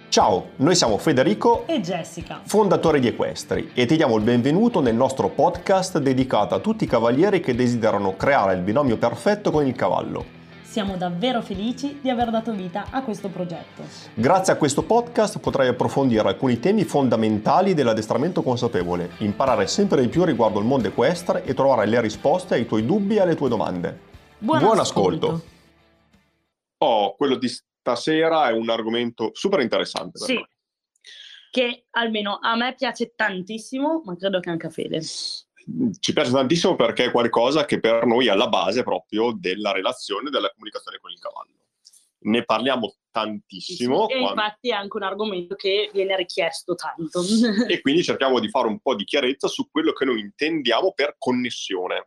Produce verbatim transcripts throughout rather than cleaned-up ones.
Ciao, noi siamo Federico e Jessica, fondatori di Equestri, e ti diamo il benvenuto nel nostro podcast dedicato a tutti i cavalieri che desiderano creare il binomio perfetto con il cavallo. Siamo davvero felici di aver dato vita a questo progetto. Grazie a questo podcast potrai approfondire alcuni temi fondamentali dell'addestramento consapevole, imparare sempre di più riguardo il mondo equestre e trovare le risposte ai tuoi dubbi e alle tue domande. Buon, Buon ascolto. ascolto! Oh, quello di stasera è un argomento super interessante per Sì, noi. che almeno a me piace tantissimo, ma credo che anche a Fede. Ci piace tantissimo perché è qualcosa che per noi è alla base proprio della relazione e della comunicazione con il cavallo. Ne parliamo tantissimo. Sì, e quando... infatti è anche un argomento che viene richiesto tanto. E quindi cerchiamo di fare un po' di chiarezza su quello che noi intendiamo per connessione.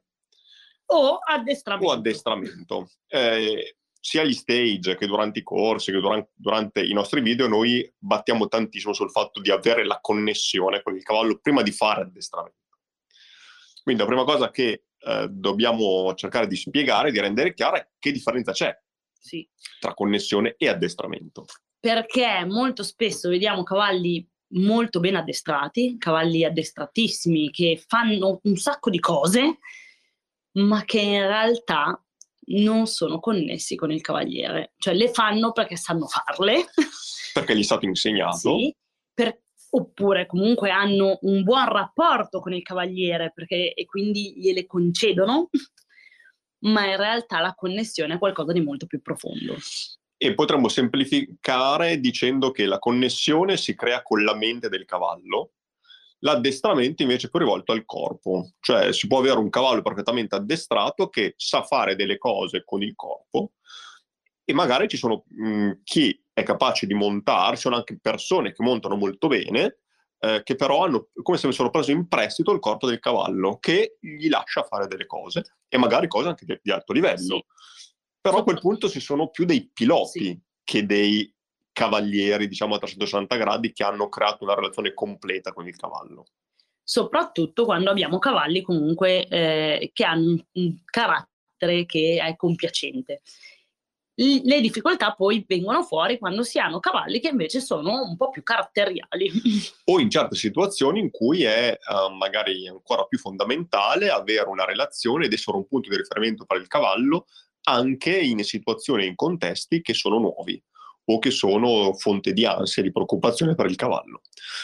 O addestramento. O addestramento. Eh, sia agli stage che durante i corsi, che durante, durante i nostri video, noi battiamo tantissimo sul fatto di avere la connessione con il cavallo prima di fare addestramento. Quindi la prima cosa che eh, dobbiamo cercare di spiegare, di rendere chiara, è che differenza c'è sì. tra connessione e addestramento. Perché molto spesso vediamo cavalli molto ben addestrati, cavalli addestratissimi che fanno un sacco di cose, ma che in realtà non sono connessi con il cavaliere. Cioè le fanno perché sanno farle. Perché gli è stato insegnato. Sì, per, oppure comunque hanno un buon rapporto con il cavaliere perché, e quindi gliele concedono, ma in realtà la connessione è qualcosa di molto più profondo. E potremmo semplificare dicendo che la connessione si crea con la mente del cavallo, l'addestramento invece è più rivolto al corpo. Cioè si può avere un cavallo perfettamente addestrato che sa fare delle cose con il corpo, e magari ci sono mh, chi è capace di montare, ci sono anche persone che montano molto bene, eh, che però hanno come se avessero preso in prestito il corpo del cavallo, che gli lascia fare delle cose, e magari cose anche di, di alto livello. Sì. Però a quel punto ci sono più dei piloti sì. che dei cavalieri, diciamo a trecentosessanta gradi, che hanno creato una relazione completa con il cavallo. Soprattutto quando abbiamo cavalli comunque eh, che hanno un carattere che è compiacente. Le difficoltà poi vengono fuori quando si hanno cavalli che invece sono un po' più caratteriali. O in certe situazioni in cui è uh, magari ancora più fondamentale avere una relazione ed essere un punto di riferimento per il cavallo anche in situazioni e in contesti che sono nuovi o che sono fonte di ansia e di preoccupazione per il cavallo.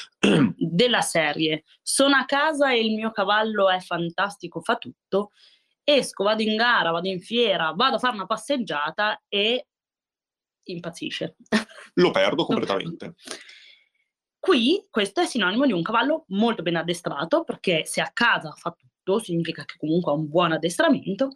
Della serie, sono a casa e il mio cavallo è fantastico, fa tutto, esco, vado in gara, vado in fiera, vado a fare una passeggiata e impazzisce. Lo perdo completamente. Lo perdo. Qui questo è sinonimo di un cavallo molto ben addestrato, perché se a casa fa tutto significa che comunque ha un buon addestramento,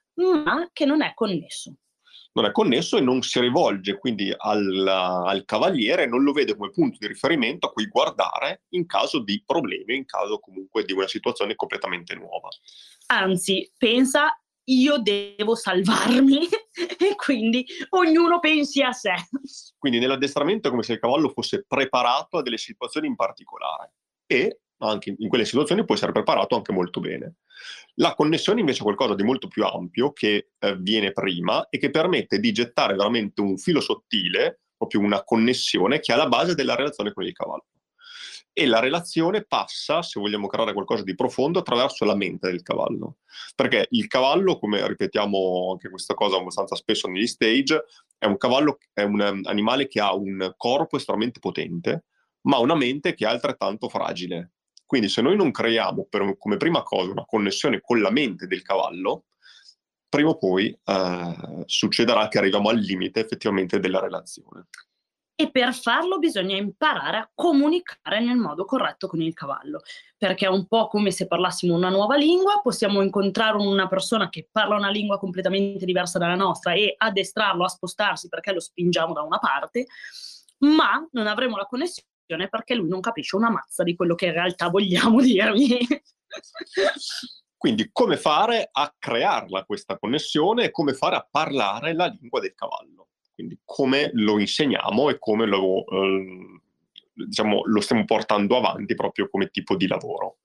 ma che non è connesso. Non è connesso e non si rivolge quindi al, al cavaliere, non lo vede come punto di riferimento a cui guardare in caso di problemi, in caso comunque di una situazione completamente nuova. Anzi, pensa, io devo salvarmi e quindi ognuno pensi a sé. Quindi nell'addestramento è come se il cavallo fosse preparato a delle situazioni in particolare, e anche in quelle situazioni può essere preparato anche molto bene. La connessione invece è qualcosa di molto più ampio che eh, viene prima e che permette di gettare veramente un filo sottile, proprio una connessione che è alla base della relazione con il cavallo. E la relazione passa, se vogliamo creare qualcosa di profondo, attraverso la mente del cavallo. Perché il cavallo, come ripetiamo anche questa cosa abbastanza spesso negli stage, è un cavallo, è un animale che ha un corpo estremamente potente, ma una mente che è altrettanto fragile. Quindi se noi non creiamo per, come prima cosa una connessione con la mente del cavallo, prima o poi eh, succederà che arriviamo al limite effettivamente della relazione. E per farlo bisogna imparare a comunicare nel modo corretto con il cavallo, perché è un po' come se parlassimo una nuova lingua, possiamo incontrare una persona che parla una lingua completamente diversa dalla nostra e addestrarlo a spostarsi perché lo spingiamo da una parte, ma non avremo la connessione perché lui non capisce una mazza di quello che in realtà vogliamo dirgli. Quindi come fare a crearla questa connessione e come fare a parlare la lingua del cavallo. Quindi come lo insegniamo e come lo, eh, diciamo, lo stiamo portando avanti proprio come tipo di lavoro.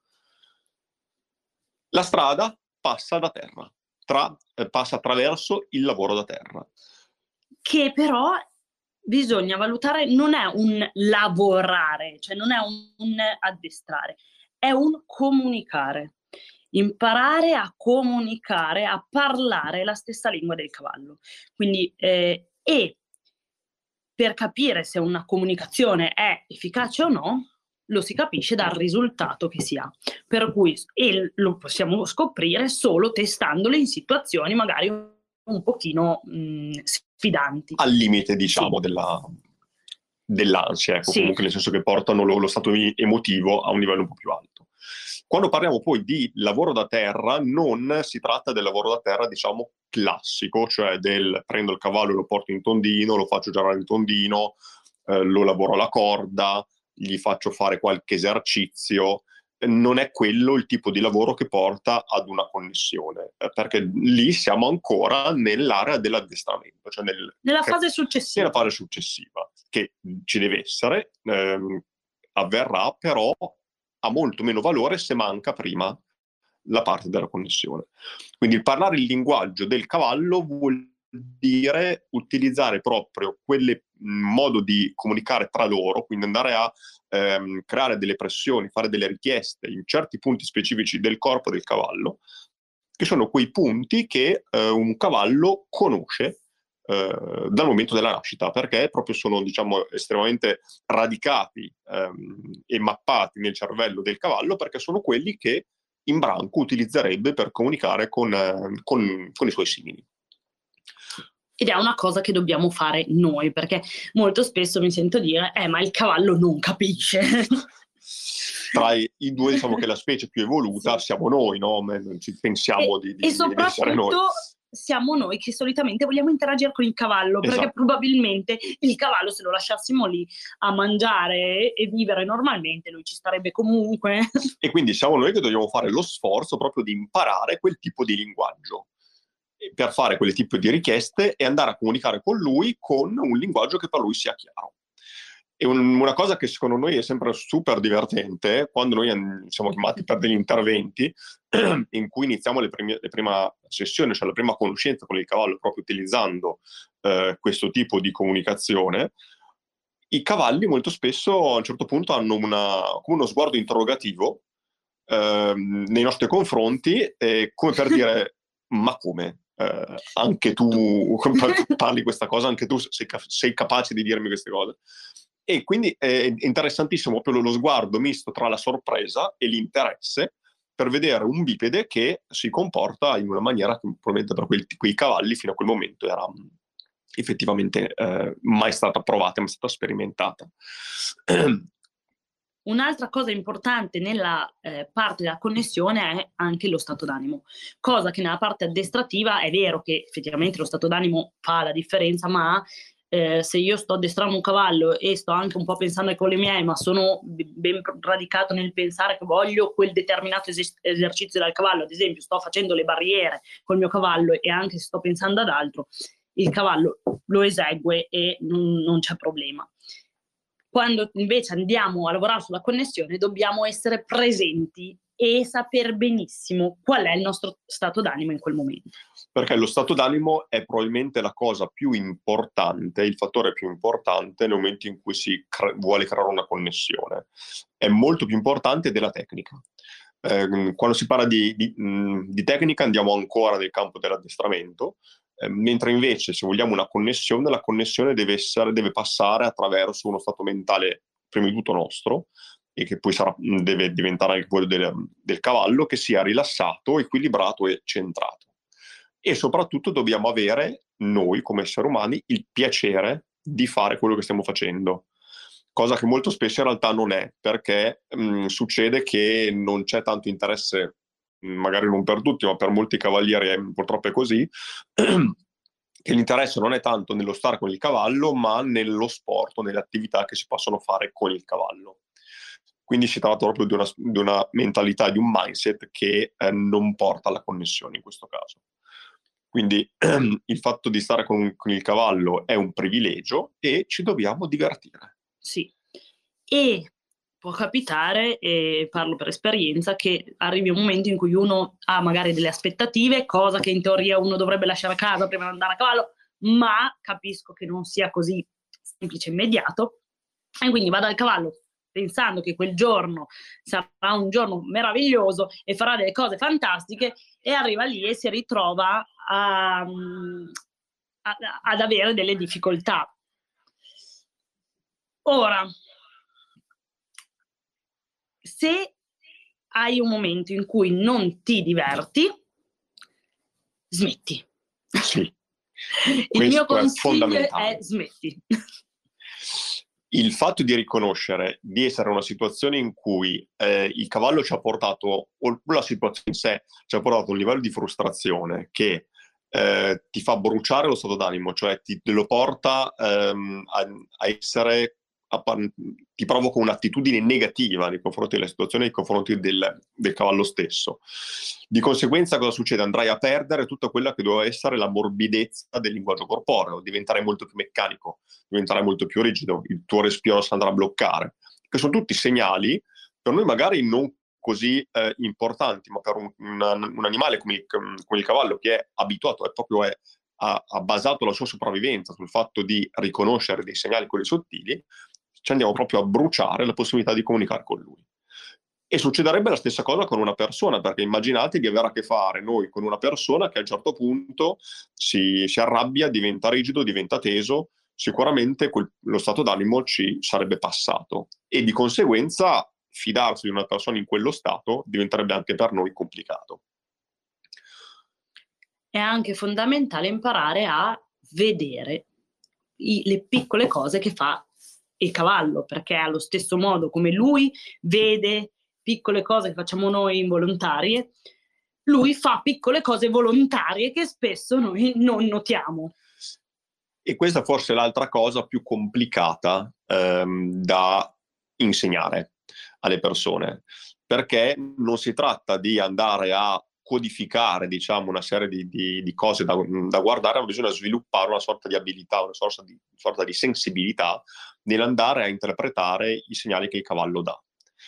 La strada passa da terra, tra, eh, passa attraverso il lavoro da terra. Che però bisogna valutare, non è un lavorare, cioè non è un, un addestrare, è un comunicare. Imparare a comunicare, a parlare la stessa lingua del cavallo. Quindi, eh, e per capire se una comunicazione è efficace o no, lo si capisce dal risultato che si ha. Per cui, e lo possiamo scoprire solo testandole in situazioni magari un pochino mh, sfidanti. Al limite, diciamo, Sì. della, dell'ansia, ecco, Sì. comunque nel senso che portano lo, lo stato emotivo a un livello un po' più alto. Quando parliamo poi di lavoro da terra, non si tratta del lavoro da terra, diciamo, classico, cioè del prendo il cavallo e lo porto in tondino, lo faccio girare in tondino, eh, lo lavoro alla corda, gli faccio fare qualche esercizio. Non è quello il tipo di lavoro che porta ad una connessione, eh, perché lì siamo ancora nell'area dell'addestramento, cioè nel, nella fase successiva. nella fase successiva, che ci deve essere, ehm, avverrà, però ha molto meno valore se manca prima la parte della connessione. Quindi il parlare il linguaggio del cavallo vuol dire utilizzare proprio quel modo di comunicare tra loro, quindi andare a ehm, creare delle pressioni, fare delle richieste in certi punti specifici del corpo del cavallo, che sono quei punti che eh, un cavallo conosce eh, dal momento della nascita, perché proprio sono, diciamo, estremamente radicati ehm, e mappati nel cervello del cavallo, perché sono quelli che in branco utilizzerebbe per comunicare con, eh, con, con i suoi simili. Ed è una cosa che dobbiamo fare noi, perché molto spesso mi sento dire, eh, ma il cavallo non capisce. Tra i, i due, diciamo che la specie più evoluta sì. siamo noi, no? Ci pensiamo e, di, di, e di essere noi. Siamo noi che solitamente vogliamo interagire con il cavallo, esatto. Perché probabilmente il cavallo, se lo lasciassimo lì a mangiare e vivere normalmente, lui ci starebbe comunque. E quindi siamo noi che dobbiamo fare lo sforzo proprio di imparare quel tipo di linguaggio per fare quel tipo di richieste e andare a comunicare con lui con un linguaggio che per lui sia chiaro. E un, una cosa che secondo noi è sempre super divertente, quando noi siamo chiamati per degli interventi in cui iniziamo le, primi, le prima sessioni, cioè la prima conoscenza con il cavallo, proprio utilizzando eh, questo tipo di comunicazione, i cavalli molto spesso a un certo punto hanno una, come uno sguardo interrogativo eh, nei nostri confronti, eh, come per dire ma come? Eh, anche tu parli questa cosa, anche tu sei, sei capace di dirmi queste cose. E quindi è interessantissimo proprio lo sguardo misto tra la sorpresa e l'interesse per vedere un bipede che si comporta in una maniera che probabilmente per quei, quei cavalli fino a quel momento era effettivamente eh, mai stata provata, mai stata sperimentata. Un'altra cosa importante nella eh, parte della connessione è anche lo stato d'animo, cosa che nella parte addestrativa è vero che effettivamente lo stato d'animo fa la differenza, ma eh, se io sto addestrando un cavallo e sto anche un po' pensando ai cavoli miei, ma sono ben radicato nel pensare che voglio quel determinato es- esercizio dal cavallo, ad esempio sto facendo le barriere col mio cavallo e anche se sto pensando ad altro, il cavallo lo esegue e non, non c'è problema. Quando invece andiamo a lavorare sulla connessione dobbiamo essere presenti e saper benissimo qual è il nostro stato d'animo in quel momento. Perché lo stato d'animo è probabilmente la cosa più importante, il fattore più importante nel momento in cui si cre- vuole creare una connessione. È molto più importante della tecnica. Eh, quando si parla di, di, mh, di tecnica andiamo ancora nel campo dell'addestramento, eh, mentre invece se vogliamo una connessione, la connessione deve, essere, deve passare attraverso uno stato mentale prima di tutto nostro, e che poi sarà, deve diventare anche quello del, del cavallo, che sia rilassato, equilibrato e centrato. E soprattutto dobbiamo avere, noi come esseri umani, il piacere di fare quello che stiamo facendo, cosa che molto spesso in realtà non è, perché mh, succede che non c'è tanto interesse, magari non per tutti, ma per molti cavalieri è, purtroppo è così, che l'interesse non è tanto nello stare con il cavallo, ma nello sport, nelle attività che si possono fare con il cavallo. Quindi si tratta proprio di una, di una mentalità, di un mindset che eh, non porta alla connessione in questo caso. Quindi il fatto di stare con, con il cavallo è un privilegio e ci dobbiamo divertire. Sì, e può capitare, e parlo per esperienza, che arrivi un momento in cui uno ha magari delle aspettative, cosa che in teoria uno dovrebbe lasciare a casa prima di andare a cavallo, ma capisco che non sia così semplice, immediato, e quindi va dal cavallo pensando che quel giorno sarà un giorno meraviglioso e farà delle cose fantastiche, e arriva lì e si ritrova a, a, ad avere delle difficoltà. Ora, se hai un momento in cui non ti diverti, smetti. Sì. Il mio consiglio è, è smetti. Il fatto di riconoscere di essere in una situazione in cui eh, il cavallo ci ha portato, o la situazione in sé ci ha portato a un livello di frustrazione che eh, ti fa bruciare lo stato d'animo, cioè ti, te lo porta ehm, a, a essere, a, ti provoca un'attitudine negativa nei confronti della situazione, nei confronti del, del cavallo stesso. Di conseguenza cosa succede? Andrai a perdere tutta quella che doveva essere la morbidezza del linguaggio corporeo, diventerai molto più meccanico, diventerai molto più rigido, il tuo respiro si andrà a bloccare, che sono tutti segnali, per noi magari non così eh, importanti, ma per un, un, un animale come il, come il cavallo, che è abituato, è proprio è, ha, ha basato la sua sopravvivenza sul fatto di riconoscere dei segnali, quelli sottili, ci andiamo proprio a bruciare la possibilità di comunicare con lui. E succederebbe la stessa cosa con una persona, perché immaginate di avere a che fare noi con una persona che a un certo punto si, si arrabbia, diventa rigido, diventa teso, sicuramente quel, lo stato d'animo ci sarebbe passato, e di conseguenza fidarsi di una persona in quello stato diventerebbe anche per noi complicato. È anche fondamentale imparare a vedere i, le piccole cose che fa il cavallo, perché allo stesso modo come lui vede piccole cose che facciamo noi involontarie, lui fa piccole cose volontarie che spesso noi non notiamo. E questa forse è l'altra cosa più complicata ehm, da insegnare alle persone, perché non si tratta di andare a codificare, diciamo, una serie di, di, di cose da, da guardare, ma bisogna sviluppare una sorta di abilità, una sorta di, una sorta di sensibilità nell'andare a interpretare i segnali che il cavallo dà.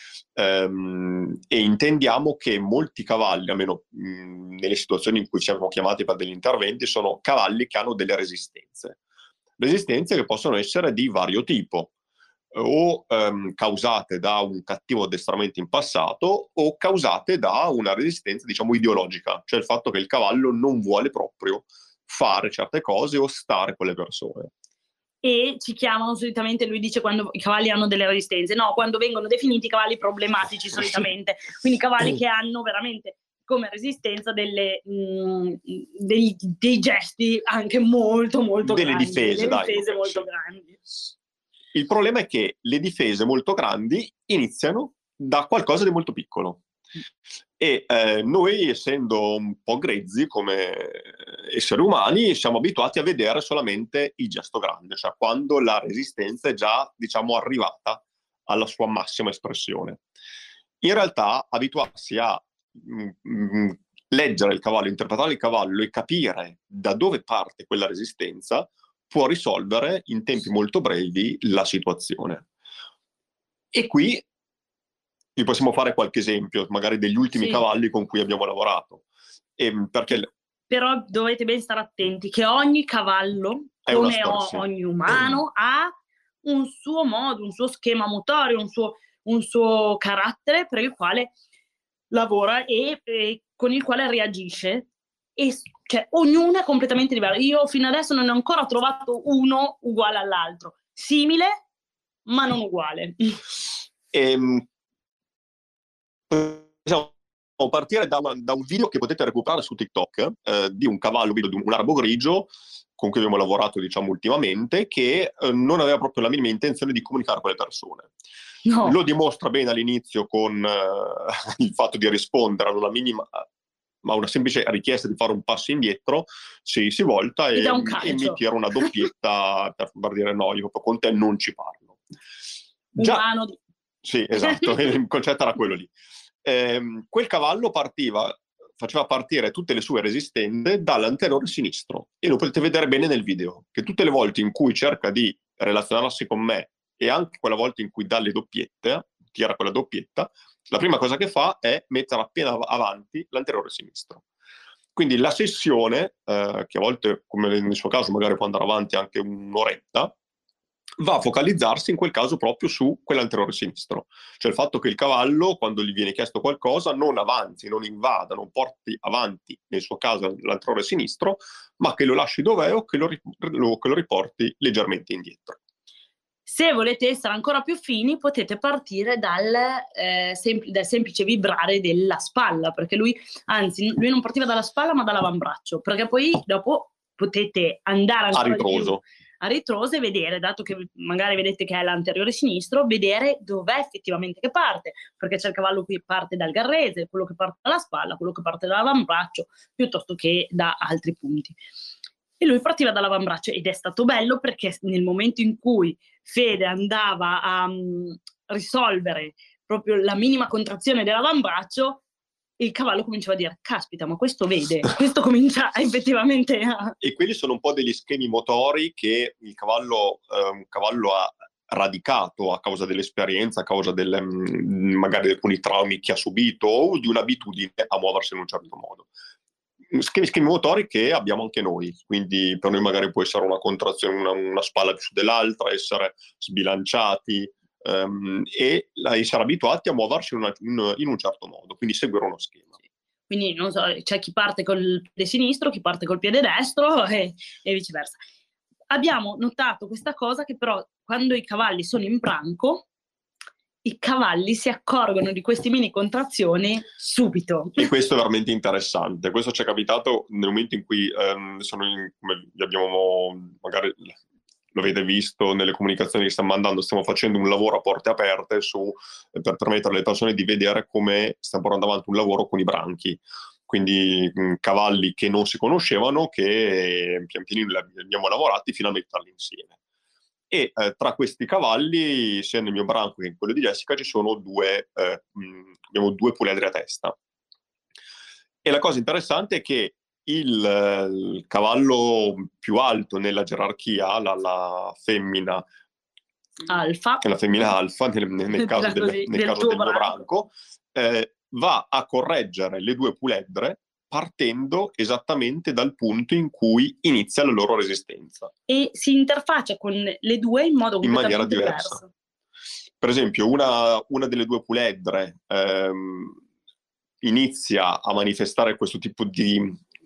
Um, e intendiamo che molti cavalli, almeno mh, nelle situazioni in cui siamo chiamati per degli interventi, sono cavalli che hanno delle resistenze. Resistenze che possono essere di vario tipo, o um, causate da un cattivo addestramento in passato, o causate da una resistenza, diciamo, ideologica, cioè il fatto che il cavallo non vuole proprio fare certe cose o stare con le persone. E ci chiamano solitamente, lui dice, quando i cavalli hanno delle resistenze, no, quando vengono definiti cavalli problematici solitamente, quindi cavalli che hanno veramente come resistenza delle, mh, dei, dei gesti anche molto molto delle grandi, difese, delle dai, difese okay, molto sì. grandi. Il problema è che le difese molto grandi iniziano da qualcosa di molto piccolo. E eh, noi, essendo un po' grezzi come esseri umani, siamo abituati a vedere solamente il gesto grande, cioè quando la resistenza è già, diciamo, arrivata alla sua massima espressione. In realtà, abituarsi a mh, mh, leggere il cavallo, interpretare il cavallo e capire da dove parte quella resistenza può risolvere in tempi molto brevi la situazione. E qui vi possiamo fare qualche esempio, magari degli ultimi Sì. cavalli con cui abbiamo lavorato. E, perché... Però dovete ben stare attenti che ogni cavallo, È una come storia, o, sì. ogni umano, ha un suo modo, un suo schema motorio, un suo, un suo carattere per il quale lavora e, e con il quale reagisce. E cioè, ognuno è completamente diverso. Io fino adesso non ne ho ancora trovato uno uguale all'altro. Simile, ma non uguale. Ehm, possiamo partire da, una, da un video che potete recuperare su TikTok eh, di un cavallo, di un, un arabo grigio con cui abbiamo lavorato, diciamo, ultimamente, che eh, non aveva proprio la minima intenzione di comunicare con le persone. No. Lo dimostra bene all'inizio con eh, il fatto di rispondere ad una minima, ma una semplice richiesta di fare un passo indietro, si, si volta e, e mi tira una doppietta per dire no, io con te non ci parlo. Già, umano di... Sì, esatto, il concetto era quello lì. Eh, quel cavallo partiva, faceva partire tutte le sue resistenze dall'anteriore sinistro, e lo potete vedere bene nel video, che tutte le volte in cui cerca di relazionarsi con me e anche quella volta in cui dà le doppiette, tira quella doppietta, la prima cosa che fa è mettere appena avanti l'anteriore sinistro. Quindi la sessione, eh, che a volte, come nel suo caso, magari può andare avanti anche un'oretta, va a focalizzarsi in quel caso proprio su quell'anteriore sinistro, cioè il fatto che il cavallo, quando gli viene chiesto qualcosa, non avanzi, non invada, non porti avanti, nel suo caso l'anteriore sinistro, ma che lo lasci dov'è o che lo, ri- lo- che lo riporti leggermente indietro. Se volete essere ancora più fini, potete partire dal, eh, sem- dal semplice vibrare della spalla, perché lui, anzi, lui non partiva dalla spalla ma dall'avambraccio, perché poi dopo potete andare A ancora di più ritroso. a ritroso e vedere, dato che magari vedete che è l'anteriore sinistro, vedere dov'è effettivamente che parte, perché c'è il cavallo che parte dal garrese, quello che parte dalla spalla, quello che parte dall'avambraccio, piuttosto che da altri punti. E lui partiva dall'avambraccio ed è stato bello perché nel momento in cui Fede andava a um, risolvere proprio la minima contrazione dell'avambraccio, il cavallo cominciava a dire: caspita, ma questo vede, questo comincia effettivamente a... E quelli sono un po' degli schemi motori che il cavallo, eh, un cavallo ha radicato a causa dell'esperienza, a causa delle, mh, magari di alcuni traumi che ha subito o di un'abitudine a muoversi in un certo modo. Schemi, schemi motori che abbiamo anche noi, quindi per noi magari può essere una contrazione, una, una spalla più su dell'altra, essere sbilanciati ehm, e essere abituati a muoversi in, una, in, in un certo modo, quindi seguire uno schema. Quindi non so, c'è chi parte col piede sinistro, chi parte col piede destro e, e viceversa. Abbiamo notato questa cosa che però quando i cavalli sono in branco, i cavalli si accorgono di queste mini contrazioni subito. E questo è veramente interessante. Questo ci è capitato nel momento in cui ehm, sono in, come vi abbiamo magari lo avete visto nelle comunicazioni che stiamo mandando, stiamo facendo un lavoro a porte aperte su, per permettere alle persone di vedere come stiamo portando avanti un lavoro con i branchi. Quindi mh, cavalli che non si conoscevano, che pian pianino li abbiamo lavorati fino a metterli insieme. E eh, tra questi cavalli, sia nel mio branco che in quello di Jessica, ci sono due, eh, mh, abbiamo due puledri a testa. E la cosa interessante è che il, il cavallo più alto nella gerarchia, la, la femmina Alfa, la femmina alfa, nel, nel caso, del, così, nel del caso tuo del mio branco, branco, eh, va a correggere le due puledre partendo esattamente dal punto in cui inizia la loro resistenza. e si interfaccia con le due in modo In maniera completamente diversa. diverso. Per esempio, una, una delle due puledre ehm, inizia a manifestare questo tipo di,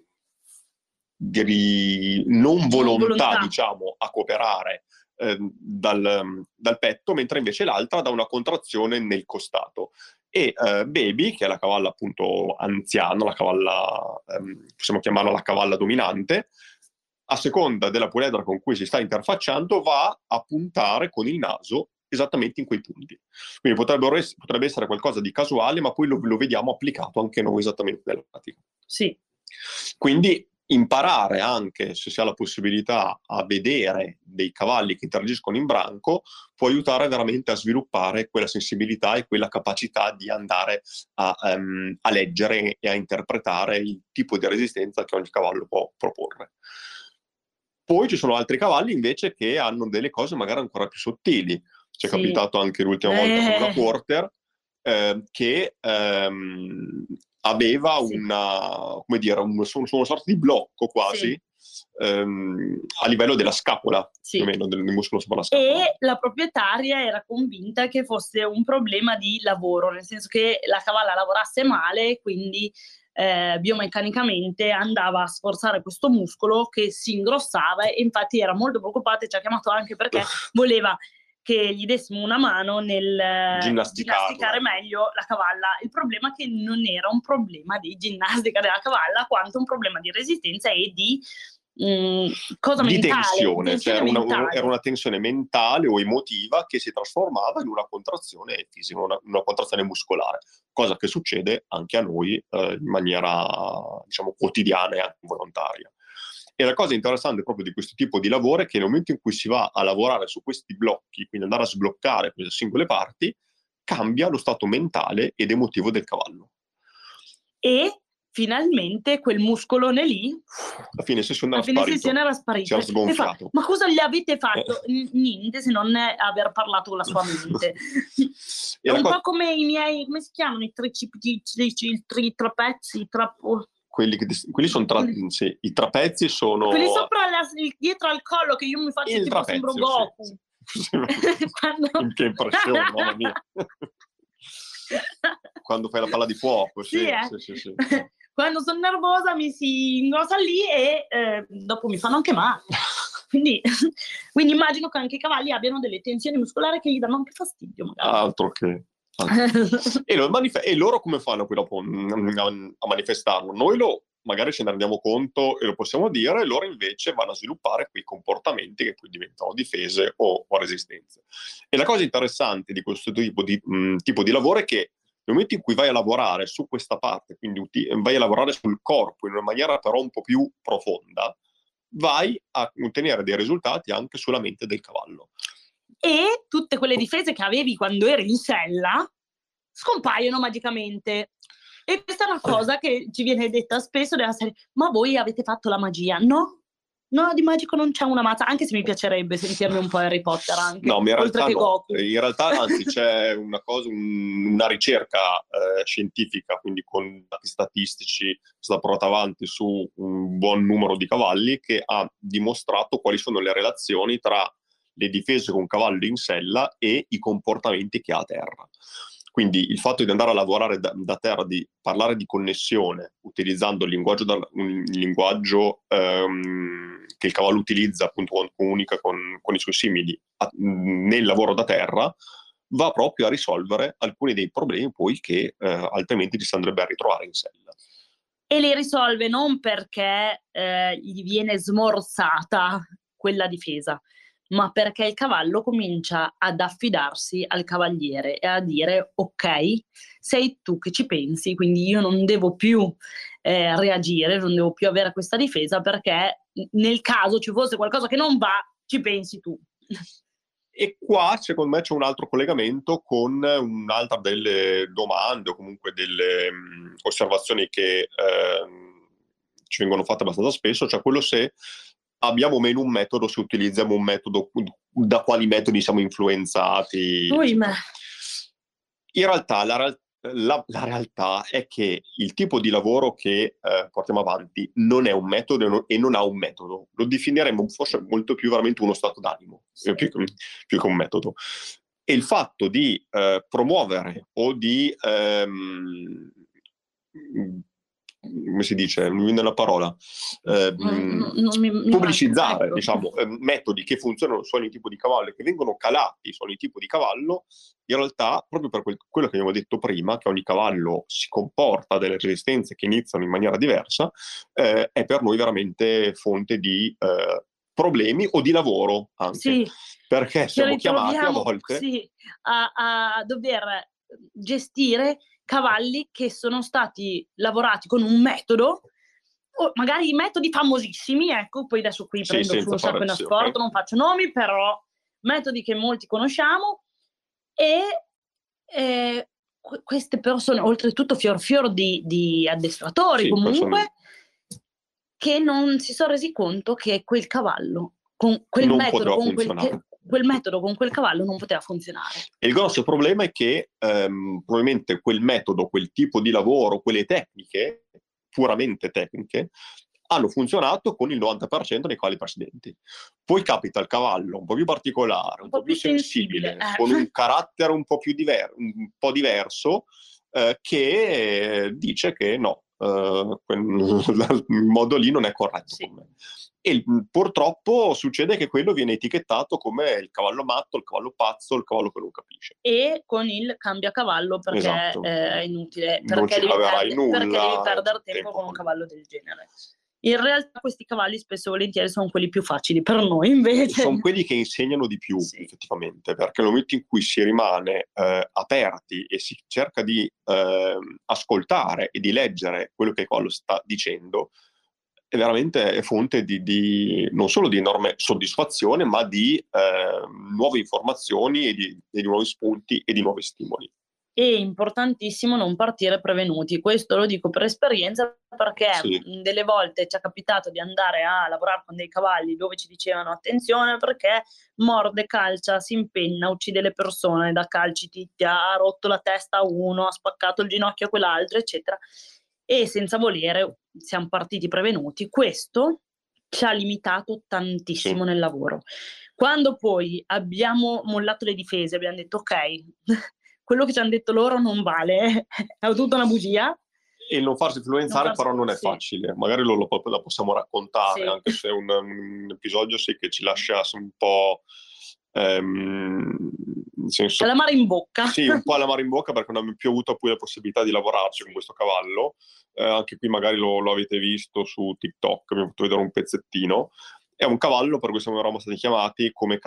di non volontà, Non volontà. diciamo, a cooperare eh, dal, dal petto, mentre invece l'altra dà una contrazione nel costato. E eh, Baby, che è la cavalla appunto anziana, la cavalla, ehm, possiamo chiamarla la cavalla dominante, a seconda della puledra con cui si sta interfacciando, va a puntare con il naso esattamente in quei punti. Quindi potrebbe, potrebbe essere qualcosa di casuale, ma poi lo, lo vediamo applicato anche noi esattamente nella pratica. Sì. Quindi imparare anche, se si ha la possibilità, a vedere dei cavalli che interagiscono in branco può aiutare veramente a sviluppare quella sensibilità e quella capacità di andare a, um, a leggere e a interpretare il tipo di resistenza che ogni cavallo può proporre. Poi ci sono altri cavalli invece che hanno delle cose magari ancora più sottili. Ci è Sì. capitato anche l'ultima volta Eh. con una quarter eh, che ehm, aveva Sì. una, come dire, un, una sorta di blocco quasi Sì. ehm, a livello della scapola, Sì. più o meno, del, del muscolo sopra la scapola. E la proprietaria era convinta che fosse un problema di lavoro, nel senso che la cavalla lavorasse male, quindi eh, biomeccanicamente andava a sforzare questo muscolo che si ingrossava e infatti era molto preoccupata e ci ha chiamato anche perché voleva che gli dessimo una mano nel ginnasticare meglio la cavalla. Il problema è che non era un problema di ginnastica della cavalla quanto un problema di resistenza e di mh, cosa di mentale, tensione, tensione cioè era una, mentale. era una tensione mentale o emotiva che si trasformava in una contrazione fisica, una, una contrazione muscolare, cosa che succede anche a noi eh, in maniera, diciamo, quotidiana e anche volontaria. E la cosa interessante proprio di questo tipo di lavoro è che nel momento in cui si va a lavorare su questi blocchi, quindi andare a sbloccare queste singole parti, cambia lo stato mentale ed emotivo del cavallo. E finalmente quel muscolone lì a fine sessione a era fine sparito, sessione era sparito. si era sgonfiato. Fa, ma cosa gli avete fatto? Eh. Niente, se non aver parlato con la sua mente. È un co- po' come i miei, come si chiamano i tricipiti, i trapezzi, i trapo... Quelli, che, quelli sono tra, sì, i trapezzi sono quelli sopra la, dietro al collo che io mi faccio il tipo trapezio, sembro Goku. sì, Quando... Che impressione, mamma mia. Quando fai la palla di fuoco, sì, sì, eh. sì, sì, sì. Quando sono nervosa mi si ingrossa lì e eh, dopo mi fanno anche male. Quindi, quindi immagino che anche i cavalli abbiano delle tensioni muscolari che gli danno anche fastidio, magari. Altro che... e, lo manif- e loro come fanno poi dopo a manifestarlo? Noi lo magari ce ne rendiamo conto e lo possiamo dire, e loro invece vanno a sviluppare quei comportamenti che poi diventano difese o, o resistenze. E la cosa interessante di questo tipo di, mh, tipo di lavoro è che nel momento in cui vai a lavorare su questa parte, quindi uti- vai a lavorare sul corpo in una maniera però un po' più profonda, vai a ottenere dei risultati anche sulla mente del cavallo. E tutte quelle difese che avevi quando eri in sella scompaiono magicamente. E questa è una cosa che ci viene detta spesso della serie: ma voi avete fatto la magia? No, no, di magico non c'è una mazza, anche se mi piacerebbe sentirmi un po' Harry Potter anche, no, ma in oltre realtà che no. Goku. In realtà anzi c'è una cosa, un, una ricerca eh, scientifica, quindi con dati statistici, è stata portata avanti su un buon numero di cavalli, che ha dimostrato quali sono le relazioni tra le difese con cavallo in sella e i comportamenti che ha a terra. Quindi il fatto di andare a lavorare da, da terra, di parlare di connessione utilizzando il linguaggio, da, un linguaggio ehm, che il cavallo utilizza appunto quando comunica con, con i suoi simili a, nel lavoro da terra, va proprio a risolvere alcuni dei problemi poi che eh, altrimenti ci si andrebbe a ritrovare in sella. E li risolve non perché eh, gli viene smorzata quella difesa, ma perché il cavallo comincia ad affidarsi al cavaliere e a dire: ok, sei tu che ci pensi, quindi io non devo più eh, reagire, non devo più avere questa difesa, perché nel caso ci fosse qualcosa che non va, ci pensi tu. E qua secondo me c'è un altro collegamento con un'altra delle domande o comunque delle mh, osservazioni che ehm, ci vengono fatte abbastanza spesso, cioè quello se abbiamo meno un metodo, se utilizziamo un metodo, da quali metodi siamo influenzati. Ui, ma... In realtà la, la, la realtà è che il tipo di lavoro che eh, portiamo avanti non è un metodo e non ha un metodo. Lo definiremmo forse molto più veramente uno stato d'animo, sì. più, più che un metodo. E il fatto di eh, promuovere o di ehm, come si dice, non mi viene la parola, eh, non, non mi, mi pubblicizzare, manca, ecco. diciamo, eh, metodi che funzionano su ogni tipo di cavallo e che vengono calati su ogni tipo di cavallo, in realtà, proprio per quel, quello che abbiamo detto prima, che ogni cavallo si comporta delle resistenze che iniziano in maniera diversa, eh, è per noi veramente fonte di eh, problemi o di lavoro anche. Sì, perché siamo chiamati a volte sì, a, a dover gestire cavalli che sono stati lavorati con un metodo, o magari metodi famosissimi, ecco, poi adesso qui sì, prendo su un sacco in sport, okay. Non faccio nomi, però metodi che molti conosciamo, e eh, queste persone, oltretutto fior fior di, di addestratori, sì, comunque, persone... che non si sono resi conto che quel cavallo, con quel, metodo con quel, che, quel metodo con quel cavallo non poteva funzionare. E il grosso problema è che ehm, probabilmente quel metodo, quel tipo di lavoro, quelle tecniche, puramente tecniche, hanno funzionato con il novanta per cento dei cavalli precedenti. Poi capita il cavallo un po' più particolare, un, un po' più sensibile, sensibile eh. con un carattere un po' più diver- un po' diverso, eh, che dice che no, Uh, il modo lì non è corretto, sì, con me. E purtroppo succede che quello viene etichettato come il cavallo matto, il cavallo pazzo, il cavallo che non capisce. E con il cambia cavallo, perché esatto, è inutile, perché non ci devi, caverai perde, nulla, perché devi perdere tempo, tempo con un cavallo del genere. In realtà questi cavalli spesso e volentieri sono quelli più facili per noi, invece. Sono quelli che insegnano di più, sì, effettivamente, perché nel momento in cui si rimane eh, aperti e si cerca di eh, ascoltare e di leggere quello che il cavallo sta dicendo, è veramente fonte di, di non solo di enorme soddisfazione, ma di eh, nuove informazioni e di, e di nuovi spunti e di nuovi stimoli. È importantissimo non partire prevenuti, questo lo dico per esperienza, perché sì, delle volte ci è capitato di andare a lavorare con dei cavalli dove ci dicevano: attenzione perché morde, calcia, si impenna, uccide le persone, da calci ti ha rotto la testa a uno, ha spaccato il ginocchio a quell'altro, eccetera, e senza volere siamo partiti prevenuti. Questo ci ha limitato Sì. tantissimo nel lavoro. Quando poi abbiamo mollato le difese, abbiam detto: "Okay, quello che ci han detto loro non vale, è tutta una bugia". E il non farsi Non influenzare farsi però non è sì. facile. Magari lo lo po la possiamo raccontare, Sì. anche se è un un episodio sì che ci lascia s un po', ehm, nel senso L'amaro in bocca. sì, un po' l'amaro in bocca perché non abbiamo più avuto poi la possibilità di lavorarci con Sì. questo cavallo. Ehm, anche qui magari lo lo avete visto su TikTok, abbiamo fatto vedere un pezzettino. È un cavallo per cui siamo eravamo stati chiamati come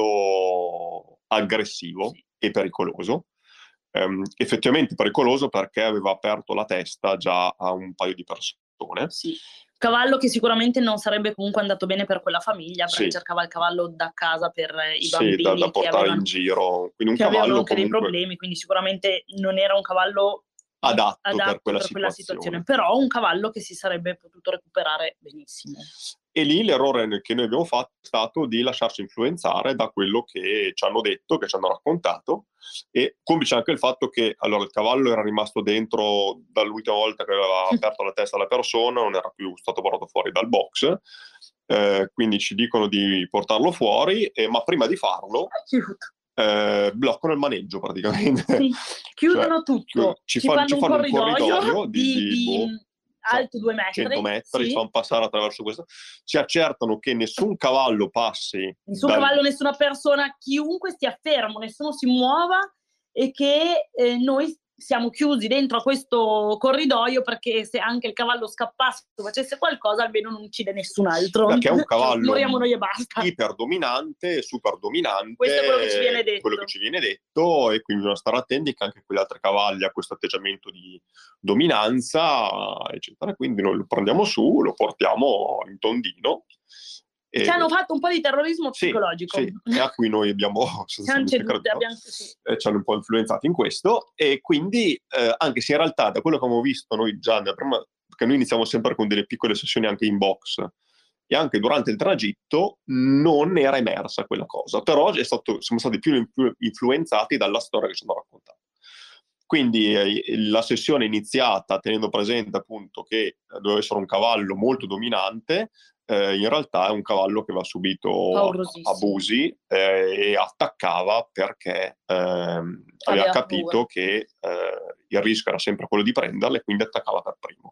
cavallo aggressivo Sì. e pericoloso. Ehm, effettivamente pericoloso perché aveva aperto la testa già a un paio di persone. Sì. Cavallo che sicuramente non sarebbe comunque andato bene per quella famiglia, perché Sì. cercava il cavallo da casa per i Sì, da da bambini che portare in avevano giro. Quindi un che avevano cavallo anche dei comunque problemi, quindi sicuramente non era un cavallo di adatto per adatto quella per quella situazione, situazione. però un cavallo che si sarebbe potuto recuperare benissimo. E lì l'errore n che noi abbiamo fatto è stato di lasciarci influenzare da quello che ci hanno detto, che ci hanno raccontato, e complice anche il fatto che allora il cavallo era rimasto dentro dall'ultima volta che aveva aperto la testa alla persona, non era più stato portato fuori dal box, ehm, quindi ci dicono di portarlo fuori, e ma prima di farlo, Aiuto. ehm, bloccano il maneggio praticamente. Sì, Cioè, chiudono chiu tutto, ci ci fan fanno ci un fanno un corridoio corridoio di di di di, boh, mhmm, sa alto due cento metri, metri, ci sì. fan passare attraverso questo, ci accertano che nessun cavallo passi Nessun dal cavallo, nessuna persona, chiunque stia fermo, nessuno si muova, e che, ehm, noi siamo chiusi dentro a questo corridoio perché se anche il cavallo scappasse o facesse qualcosa almeno non uccide nessun altro. Perché è un cavallo, Moriamo mhmm, noi e basta. iperdominante, super dominante, Questo è quello che ci viene quello che detto. ci viene detto, e quindi bisogna stare attenti che anche quegli altri cavalli ha questo atteggiamento di dominanza, eccetera. Quindi noi lo prendiamo su, lo portiamo in tondino Ci e hanno fatto un po' di terrorismo sì, psicologico. sì, e a cui noi abbiamo Ci han sostanzialmente ceduti, creduto, abbiam sì. e ci hanno un po' influenzati in questo, e quindi, ehm, anche se in realtà da quello che avevamo visto noi già nella prima, perché noi iniziamo sempre con delle piccole sessioni anche in box, e anche durante il tragitto non era emersa quella cosa, però è stato siamo stati più influ influenzati dalla storia che ci hanno raccontato. Quindi, ehm, la sessione è iniziata tenendo presente appunto che doveva essere un cavallo molto dominante, ehm, in realtà è un cavallo che aveva subito Paurosissimo. abusi, ehm, e attaccava perché, ehm, aveva Aveva capito paura. che, ehm, il rischio era sempre quello di prenderlo e quindi attaccava per primo.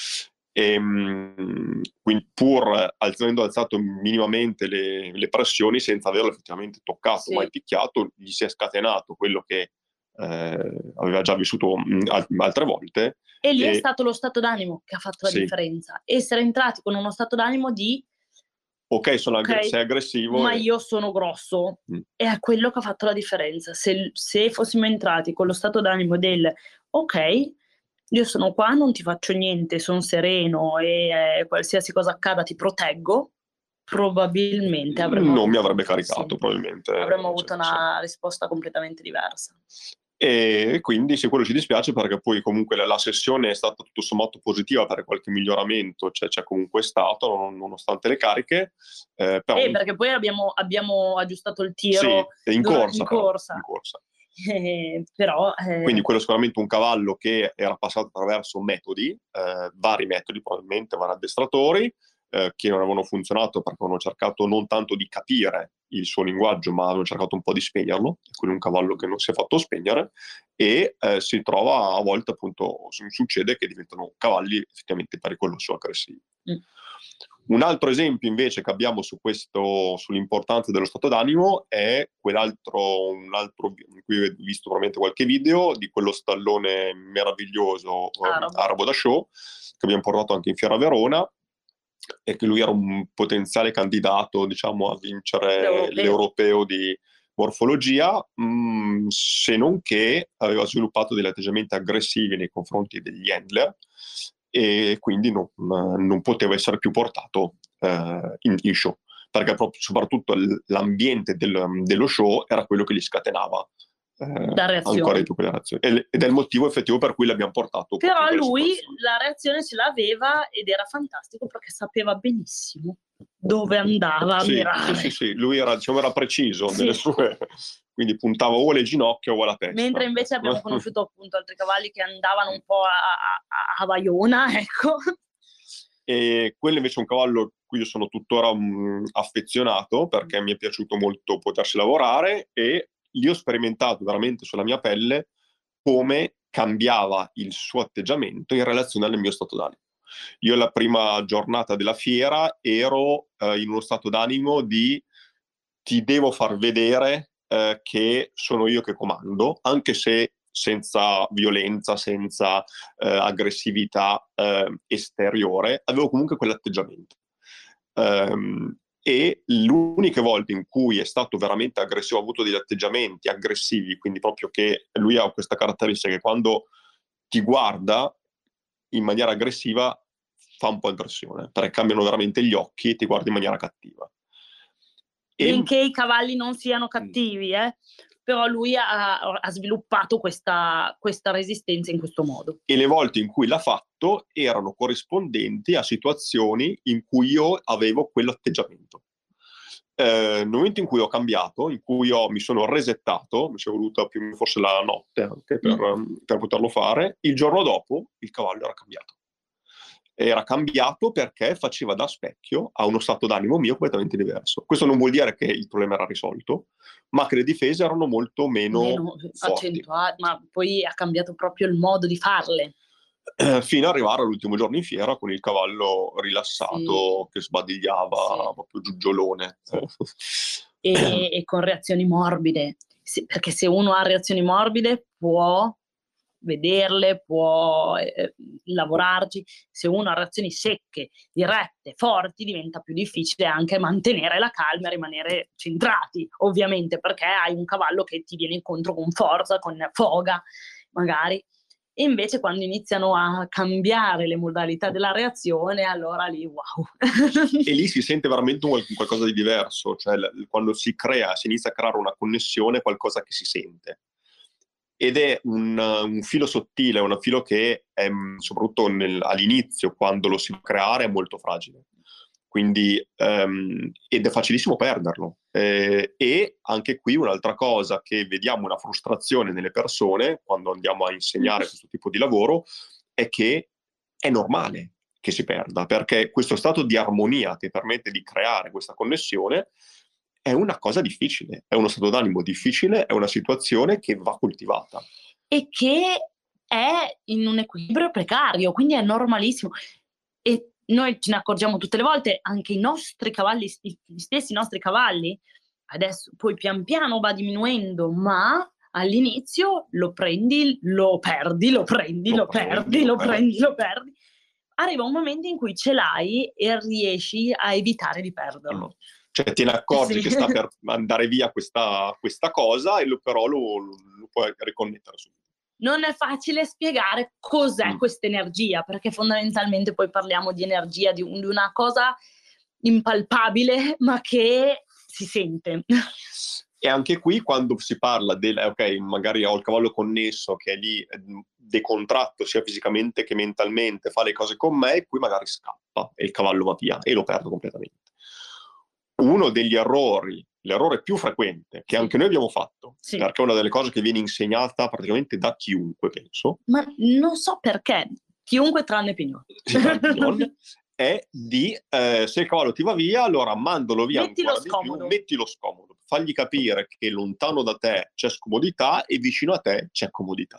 Ehm, quindi pur avendo alzato minimamente le le pressioni senza averlo effettivamente toccato, Sì. mai picchiato, gli si è scatenato quello che, ehm, aveva già vissuto, mhmm, al altre volte, E lì è e stato lo stato d'animo che ha fatto la sì. differenza. Essere entrati con uno stato d'animo di Okay, sono aggre okay, sei aggressivo ma e io sono grosso. Mh. È quello che ha fatto la differenza. Se l se fossimo entrati con lo stato d'animo del: "Okay, io sono qua, non ti faccio niente, son sereno e, ehm, qualsiasi cosa accada ti proteggo", probabilmente avremmo Non mi avuto avrebbe sì, caricato probabilmente, avremmo cioè avuto sì. una risposta completamente diversa. E quindi sì, quello ci dispiace perché poi comunque la la sessione è stata tutto sommato positiva, perché qualche miglioramento c'è c'è comunque stato non nonostante le cariche, ehm, però Eh, in perché poi abbiamo abbiamo aggiustato il Sì, tiro è in dura in corsa però, in corsa. corsa. Eh, però, Quindi ehm quello è sicuramente un cavallo che era passato attraverso metodi, ehm, vari metodi probabilmente, vari addestratori, ehm, che non avevano funzionato perché avevano cercato non tanto di capire il suo linguaggio, ma avevano cercato un po' di spegnerlo, e quindi un cavallo che non si è fatto spegnere, e, ehm, si trova a volte appunto su succede che diventano cavalli effettivamente pericolosi o aggressivi. Mh. Un altro esempio invece che abbiamo su questo sull'importanza dello stato d'animo è quell'altro un altro vi in cui avete visto probabilmente qualche video, di quello stallone meraviglioso, uhm, Arabo. Arabo da show, che abbiam portato anche in fiera a Verona, e che lui era un potenziale candidato, diciamo, a vincere L'europeo. l'europeo di morfologia, mhmm, se non che aveva sviluppato degli atteggiamenti aggressivi nei confronti degli handler, e quindi non non poteva essere più portato, ehm, in in show, perché prop soprattutto l l'ambiente del dello show era quello che li scatenava, Da ehm, ancora di reazioni. più quelle reazioni. E l ed è il motivo effettivo per cui l'abbiam portato proprio in Però quelle lui situazioni. la reazione ce l'aveva ed era fantastico perché sapeva benissimo dove andava a Sì, sì, sì, mirare. sì, lui era diciamo era preciso nelle Sì. sue quindi puntava o alle ginocchia o alla Mentre testa. invece abbiamo conosciuto appunto altri cavalli che andavano un po' a a a a vaiona, ecco. E quello invece è un cavallo a cui io sono tuttora um, affezionato, perché mi è piaciuto molto poterci lavorare, e lì ho sperimentato veramente sulla mia pelle come cambiava il suo atteggiamento in relazione al mio stato d'animo. Io la prima giornata della fiera ero eh, in uno stato d'animo di ti devo far vedere eh, che sono io che comando, anche se senza violenza, senza eh, aggressività eh, esteriore, avevo comunque quell'atteggiamento. Um, e l'unica volta in cui è stato veramente aggressivo, ha avuto degli atteggiamenti aggressivi, quindi proprio che lui ha questa caratteristica che quando ti guarda in maniera aggressiva fa un po' impressione, perché cambiano veramente gli occhi e ti guarda in maniera cattiva. E... benché i cavalli non siano cattivi, eh? Però lui ha, ha sviluppato questa, questa resistenza in questo modo. E le volte in cui l'ha fatto erano corrispondenti a situazioni in cui io avevo quell'atteggiamento. Eh, nel momento in cui ho cambiato, in cui ho, mi sono resettato, mi ci è voluta più forse la notte anche per, mm. per poterlo fare, il giorno dopo il cavallo era cambiato. Era cambiato perché faceva da specchio a uno stato d'animo mio completamente diverso. Questo non vuol dire che il problema era risolto, ma che le difese erano molto meno, meno accentuate, ma poi ha cambiato proprio il modo di farle. Eh, fino ad arrivare all'ultimo giorno in fiera con il cavallo rilassato, sì, che sbadigliava, sì, proprio giugiolone. E, e con reazioni morbide, sì, perché se uno ha reazioni morbide può vederle, può eh, lavorarci. Se uno ha reazioni secche, dirette, forti, diventa più difficile anche mantenere la calma e rimanere centrati, ovviamente, perché hai un cavallo che ti viene incontro con forza, con foga, magari. E invece quando iniziano a cambiare le modalità della reazione, allora lì wow. E lì si sente veramente un qualcosa di diverso, cioè quando si crea, si inizia a creare una connessione, qualcosa che si sente. Ed è un, un filo sottile, un filo che è, soprattutto nel, all'inizio, quando lo si può creare, è molto fragile. Quindi, um, ed è facilissimo perderlo. Eh, e anche qui un'altra cosa che vediamo, una frustrazione nelle persone quando andiamo a insegnare questo tipo di lavoro, è che è normale che si perda, perché questo stato di armonia che permette di creare questa connessione è una cosa difficile, è uno stato d'animo difficile, è una situazione che va coltivata. E che è in un equilibrio precario, quindi è normalissimo. E noi ce ne accorgiamo tutte le volte, anche i nostri cavalli, gli stessi nostri cavalli, adesso poi pian piano va diminuendo, ma all'inizio lo prendi, lo perdi, lo prendi, lo, lo prendi, perdi, lo prendi, prendi, lo perdi. Arriva un momento in cui ce l'hai e riesci a evitare di perderlo. Cioè te ne accorgi, sì, che sta per andare via questa, questa cosa, e lo, però lo, lo puoi riconnettere subito. Non è facile spiegare cos'è mm. questa energia, perché fondamentalmente poi parliamo di energia, di, un, di una cosa impalpabile, ma che si sente. E anche qui quando si parla del, ok, magari ho il cavallo connesso che è lì decontratto sia fisicamente che mentalmente, fa le cose con me, e poi magari scappa e il cavallo va via e lo perdo completamente. Uno degli errori, l'errore più frequente che sì. anche noi abbiamo fatto, sì. perché è una delle cose che viene insegnata praticamente da chiunque, penso. Ma non so perché, chiunque tranne Pignon. Sì, tranne Pignon, è di, eh, se il cavallo ti va via, allora mandalo via mettilo ancora scomodo. di più, mettilo scomodo, fagli capire che lontano da te c'è scomodità e vicino a te c'è comodità.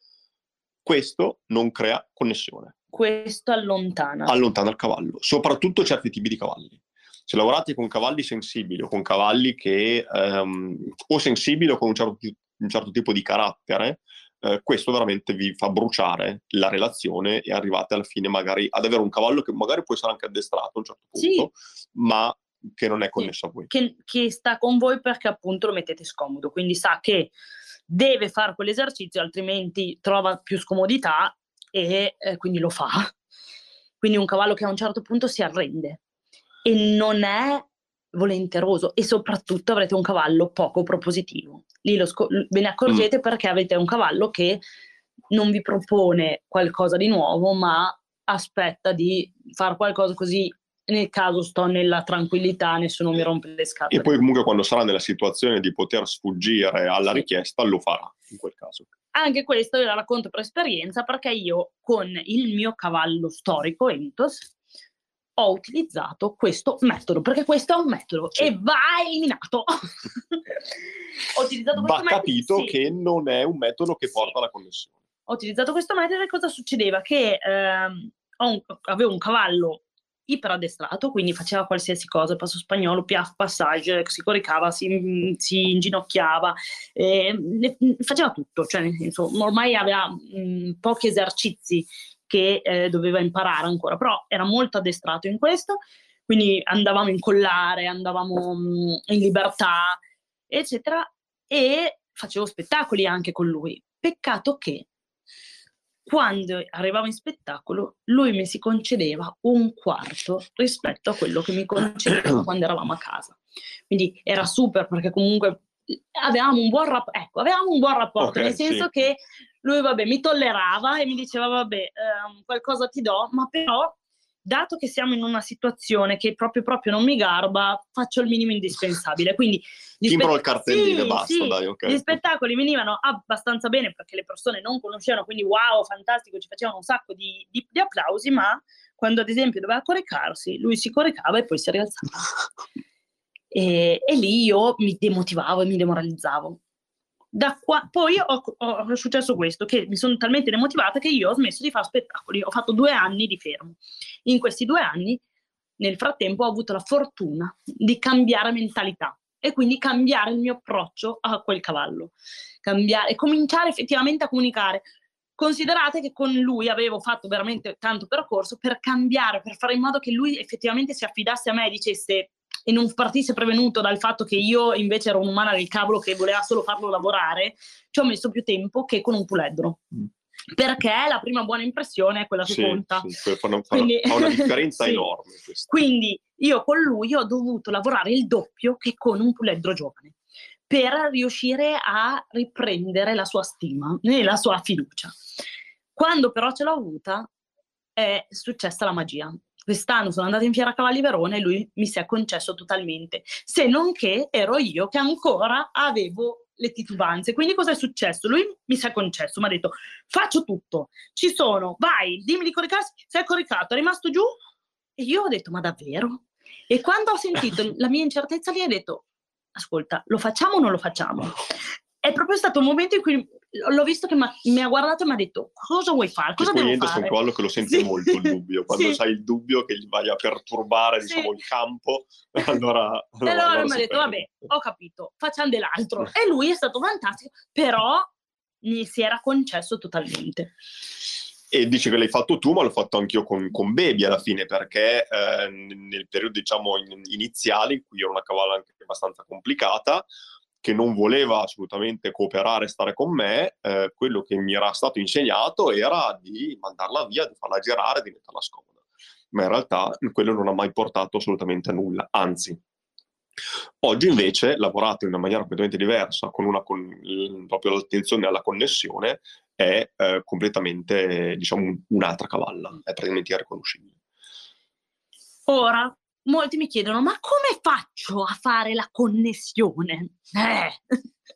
Questo non crea connessione. Questo allontana. Allontana il cavallo, soprattutto certi tipi di cavalli. Se lavorate con cavalli sensibili o con cavalli che um, o sensibili o con un certo, un certo tipo di carattere, eh, questo veramente vi fa bruciare la relazione e arrivate alla fine magari ad avere un cavallo che magari può essere anche addestrato a un certo punto, sì. ma che non è connesso sì. a voi. Che, che sta con voi perché appunto lo mettete scomodo, quindi sa che deve fare quell'esercizio, altrimenti trova più scomodità e eh, quindi lo fa. Quindi un cavallo che a un certo punto si arrende e non è volenteroso, e soprattutto avrete un cavallo poco propositivo. Lì lo sco- ve ne accorgete mm. perché avete un cavallo che non vi propone qualcosa di nuovo, ma aspetta di fare qualcosa così nel caso sto nella tranquillità, nessuno mi rompe le scatole. E poi comunque quando sarà nella situazione di poter sfuggire alla sì. richiesta, lo farà in quel caso. Anche questo ve la racconto per esperienza, perché io con il mio cavallo storico, Entos, ho utilizzato questo metodo, perché questo è un metodo sì. e va eliminato. Ho utilizzato questo va metodo, capito sì. che non è un metodo che porta sì. alla connessione. Ho utilizzato questo metodo e cosa succedeva? Che ehm, ho un, avevo un cavallo iperaddestrato, quindi faceva qualsiasi cosa, passo spagnolo, piaf, passage, si coricava, si, si inginocchiava, eh, faceva tutto, cioè nel senso, ormai aveva mh, pochi esercizi che eh, doveva imparare ancora, però era molto addestrato in questo, quindi andavamo in collare, andavamo mh, in libertà, eccetera, e facevo spettacoli anche con lui. Peccato che quando arrivavo in spettacolo lui mi si concedeva un quarto rispetto a quello che mi concedeva quando eravamo a casa. Quindi era super, perché comunque avevamo un buon rapporto, ecco, avevamo un buon rapporto, okay, nel senso sì. che lui, vabbè, mi tollerava e mi diceva, vabbè, ehm, qualcosa ti do, ma però, dato che siamo in una situazione che proprio proprio non mi garba, faccio il minimo indispensabile. Quindi gli, spe- il cartellino sì, e basta, sì, dai, okay. Gli spettacoli venivano abbastanza bene perché le persone non conoscevano, quindi wow, fantastico, ci facevano un sacco di, di, di applausi, ma quando ad esempio doveva coricarsi, lui si coricava e poi si rialzava. E, e lì io mi demotivavo e mi demoralizzavo. Da qua, poi ho, ho, è successo questo, che mi sono talmente demotivata che io ho smesso di fare spettacoli. Ho fatto due anni di fermo. In questi due anni, nel frattempo, ho avuto la fortuna di cambiare mentalità e quindi cambiare il mio approccio a quel cavallo. Cambiare, e cominciare effettivamente a comunicare. Considerate che con lui avevo fatto veramente tanto percorso per cambiare, per fare in modo che lui effettivamente si affidasse a me e dicesse, e non partisse prevenuto dal fatto che io invece ero un'umana del cavolo che voleva solo farlo lavorare. Ci ho messo più tempo che con un puledro. Mm. Perché la prima buona impressione è quella che sì, conta. Sì, fa, una, Quindi, fa una differenza sì. enorme. Questa. Quindi io con lui ho dovuto lavorare il doppio che con un puledro giovane per riuscire a riprendere la sua stima e la sua fiducia. Quando però ce l'ho avuta è successa la magia. Quest'anno sono andata in Fiera Cavalli Verona e lui mi si è concesso totalmente, se non che ero io che ancora avevo le titubanze. Quindi cosa è successo? Lui mi si è concesso, mi ha detto faccio tutto, ci sono, vai, dimmi di coricarsi, si è coricato, è rimasto giù e io ho detto ma davvero? E quando ho sentito la mia incertezza lì ho detto ascolta, lo facciamo o non lo facciamo? È proprio stato un momento in cui l'ho visto che mi ha guardato e mi ha detto cosa vuoi fare? Cosa devo fare? Sono un cavallo che lo sente sì. molto il dubbio, quando sì. sai il dubbio che gli vai a perturbare sì. diciamo, il campo, allora... allora, allora, allora mi ha detto, vabbè, ho capito, facciamo dell'altro. E lui è stato fantastico, però mi si era concesso totalmente. E dici che l'hai fatto tu, ma l'ho fatto anch'io con, con Baby alla fine, perché eh, nel periodo diciamo iniziale, in cui era una cavalla anche abbastanza complicata, che non voleva assolutamente cooperare e stare con me, eh, quello che mi era stato insegnato era di mandarla via, di farla girare, di metterla scomoda. Ma in realtà quello non ha mai portato assolutamente a nulla, anzi. Oggi invece, lavorato in una maniera completamente diversa, con, una, con proprio l'attenzione alla connessione, è eh, completamente, diciamo, un'altra cavalla, è praticamente irriconoscibile. Ora, molti mi chiedono, ma come faccio a fare la connessione? Eh.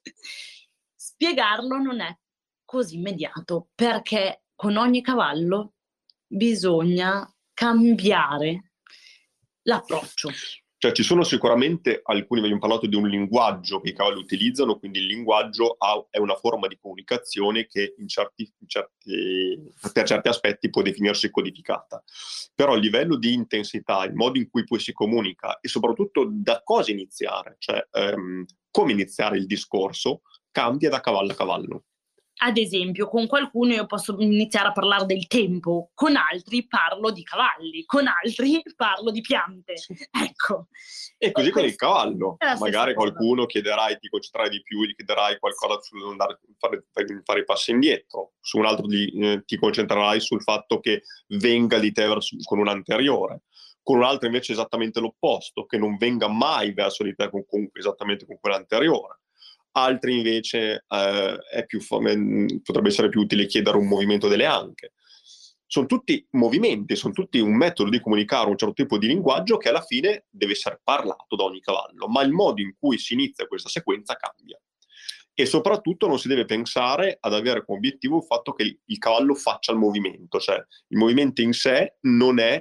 Spiegarlo non è così immediato, perché con ogni cavallo bisogna cambiare l'approccio. Cioè ci sono sicuramente alcuni, abbiamo parlato di un linguaggio che i cavalli utilizzano, quindi il linguaggio ha, è una forma di comunicazione che in certi, in certi, per certi aspetti può definirsi codificata. Però il livello di intensità, il modo in cui poi si comunica e soprattutto da cosa iniziare, cioè ehm, come iniziare il discorso, cambia da cavallo a cavallo. Ad esempio, con qualcuno io posso iniziare a parlare del tempo, con altri parlo di cavalli, con altri parlo di piante. Ecco. E così e con il cavallo. Magari qualcuno chiederai, ti concentrerai di più, gli chiederai qualcosa su fare, fare i passi indietro. Su un altro di, eh, ti concentrerai sul fatto che venga di te verso, con un anteriore. Con un altro invece esattamente l'opposto, che non venga mai verso di te con, con, esattamente con quell'anteriore. Altri invece eh, è più, potrebbe essere più utile chiedere un movimento delle anche. Sono tutti movimenti, sono tutti un metodo di comunicare un certo tipo di linguaggio che alla fine deve essere parlato da ogni cavallo, ma il modo in cui si inizia questa sequenza cambia. E soprattutto non si deve pensare ad avere come obiettivo il fatto che il cavallo faccia il movimento, cioè il movimento in sé non è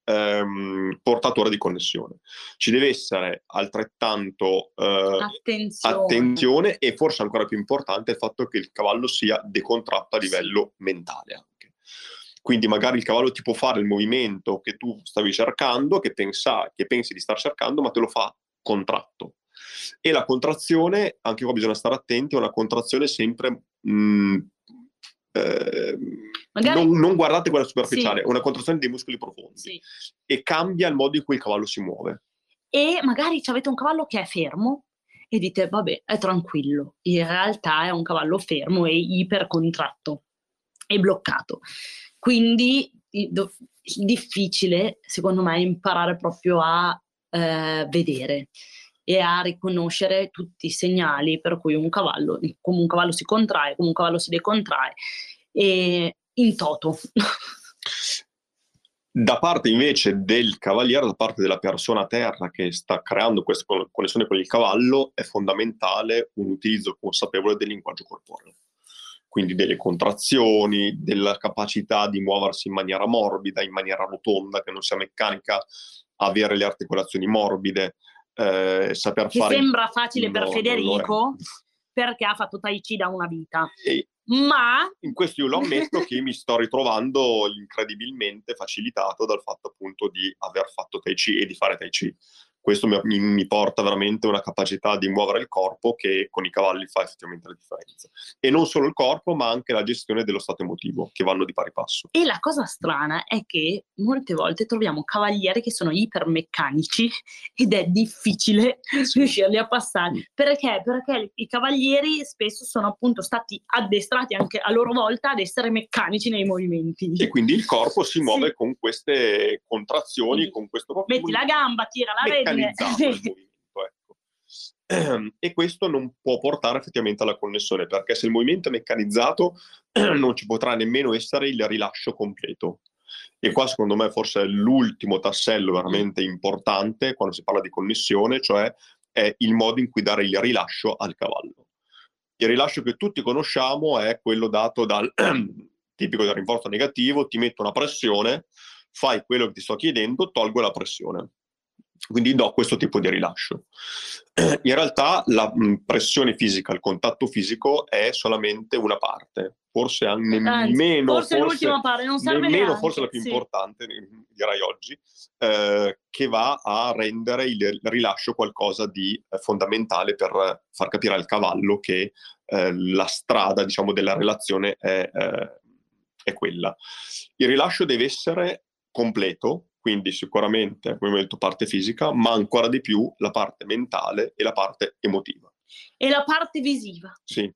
ehm, portatore di connessione. Ci deve essere altrettanto eh, Attenzione. attenzione e forse ancora più importante il fatto che il cavallo sia decontratto a livello sì. mentale anche. Quindi magari il cavallo ti può fare il movimento che tu stavi cercando, che, pensa, che pensi di star cercando, ma te lo fa contratto. E la contrazione, anche qua bisogna stare attenti, è una contrazione sempre... Mh, eh, magari... non, non guardate quella superficiale, sì. è una contrazione dei muscoli profondi sì. e cambia il modo in cui il cavallo si muove. E magari avete un cavallo che è fermo e dite, vabbè, è tranquillo. In realtà è un cavallo fermo e ipercontratto e bloccato. Quindi difficile, secondo me, imparare proprio a eh, vedere e a riconoscere tutti i segnali per cui un cavallo, come un cavallo si contrae, come un cavallo si decontrae, e in toto. Da parte invece del cavaliere, da parte della persona a terra che sta creando questa connessione con il cavallo, è fondamentale un utilizzo consapevole del linguaggio corporeo. Quindi delle contrazioni, della capacità di muoversi in maniera morbida, in maniera rotonda, che non sia meccanica, avere le articolazioni morbide, eh, saper che fare... Che sembra facile no, per Federico, perché ha fatto Tai Chi da una vita. E ma... In questo io lo ammetto che mi sto ritrovando incredibilmente facilitato dal fatto appunto di aver fatto Tai Chi e di fare Tai Chi. Questo mi, mi porta veramente una capacità di muovere il corpo che con i cavalli fa effettivamente la differenza. E non solo il corpo, ma anche la gestione dello stato emotivo, che vanno di pari passo. E la cosa strana è che molte volte troviamo cavalieri che sono ipermeccanici ed è difficile sì. riuscirli a passare. Mm. Perché? Perché i cavalieri spesso sono appunto stati addestrati anche a loro volta ad essere meccanici nei movimenti. E quindi il corpo si muove sì. con queste contrazioni, sì. con questo... Metti la gamba, tira la redine. Meccanizzato il movimento, ecco. E questo non può portare effettivamente alla connessione, perché se il movimento è meccanizzato non ci potrà nemmeno essere il rilascio completo. E qua secondo me forse è l'ultimo tassello veramente importante quando si parla di connessione, cioè è il modo in cui dare il rilascio al cavallo. Il rilascio che tutti conosciamo è quello dato dal tipico del rinforzo negativo: ti metto una pressione, fai quello che ti sto chiedendo, tolgo la pressione. Quindi do questo tipo di rilascio. In realtà la pressione fisica, il contatto fisico è solamente una parte, forse nemmeno forse, forse l'ultima parte, non serve nemmeno neanche, forse la più sì. importante, direi oggi, eh, che va a rendere il rilascio qualcosa di eh, fondamentale per far capire al cavallo che eh, la strada, diciamo, della relazione è, eh, è quella. Il rilascio deve essere completo, quindi sicuramente come detto parte fisica, ma ancora di più la parte mentale e la parte emotiva. E la parte visiva. Sì.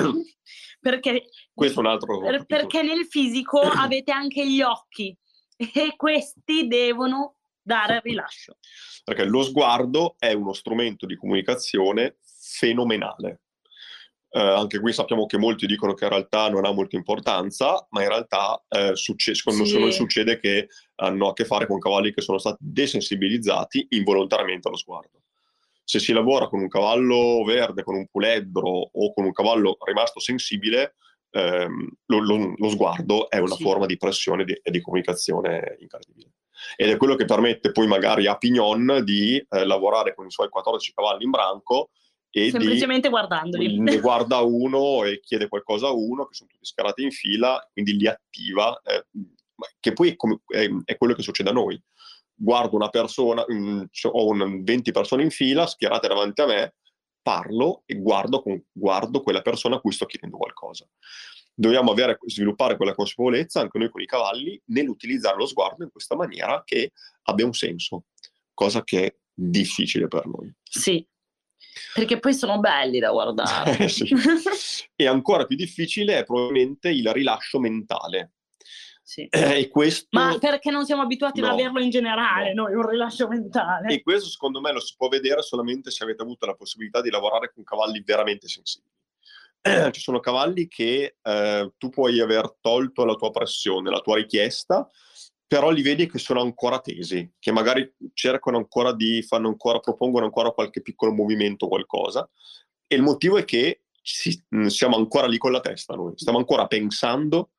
perché, Questo è un altro per, perché nel fisico avete anche gli occhi e questi devono dare il rilascio. Perché lo sguardo è uno strumento di comunicazione fenomenale. Eh, anche qui sappiamo che molti dicono che in realtà non ha molta importanza, ma in realtà eh, succe- secondo sì. noi succede che hanno a che fare con cavalli che sono stati desensibilizzati involontariamente allo sguardo. Se si lavora con un cavallo verde, con un puledro o con un cavallo rimasto sensibile, ehm, lo, lo, lo sguardo è una sì. forma di pressione e di, di comunicazione incredibile. Ed è quello che permette poi magari a Pignon di eh, lavorare con i suoi quattordici cavalli in branco e semplicemente di, guardandoli. Ne guarda uno e chiede qualcosa a uno, che sono tutti schierati in fila, quindi li attiva, eh, che poi è, come, è, è quello che succede a noi. Guardo una persona, mh, ho un, venti persone in fila schierate davanti a me, parlo e guardo, con, guardo quella persona a cui sto chiedendo qualcosa. Dobbiamo avere, sviluppare quella consapevolezza anche noi con i cavalli nell'utilizzare lo sguardo in questa maniera che abbia un senso, cosa che è difficile per noi. Sì, perché poi sono belli da guardare. Eh, sì. E ancora più difficile è probabilmente il rilascio mentale. Sì. Eh, e questo... Ma perché non siamo abituati no, ad averlo in generale, no. noi, un rilascio mentale. E questo secondo me lo si può vedere solamente se avete avuto la possibilità di lavorare con cavalli veramente sensibili. Eh, ci sono cavalli che eh, tu puoi aver tolto la tua pressione, la tua richiesta, però li vedi che sono ancora tesi, che magari cercano ancora di, fanno ancora, propongono ancora qualche piccolo movimento, qualcosa. E il motivo è che ci, siamo ancora lì con la testa noi, stiamo ancora pensando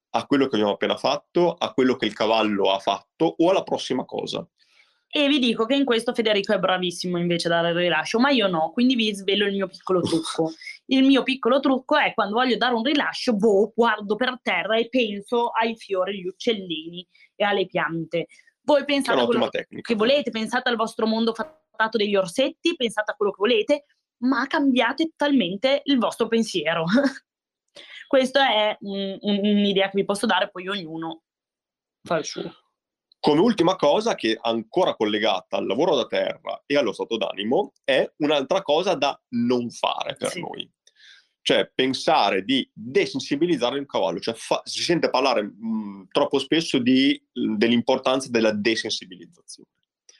a quello che abbiamo appena fatto, a quello che il cavallo ha fatto o alla prossima cosa. E vi dico che in questo Federico è bravissimo invece a dare il rilascio, ma io no, quindi vi svelo il mio piccolo trucco. Il mio piccolo trucco è quando voglio dare un rilascio, boh, guardo per terra e penso ai fiori, agli uccellini e alle piante. Voi pensate a quello che volete, pensate al vostro mondo fatto degli orsetti, pensate a quello che volete, ma cambiate totalmente il vostro pensiero. Questa è un, un, un'idea che vi posso dare, poi ognuno fa il suo. Come ultima cosa, che è ancora collegata al lavoro da terra e allo stato d'animo, è un'altra cosa da non fare per sì. noi. Cioè pensare di desensibilizzare il cavallo. Cioè, fa, si sente parlare mh, troppo spesso di, dell'importanza della desensibilizzazione.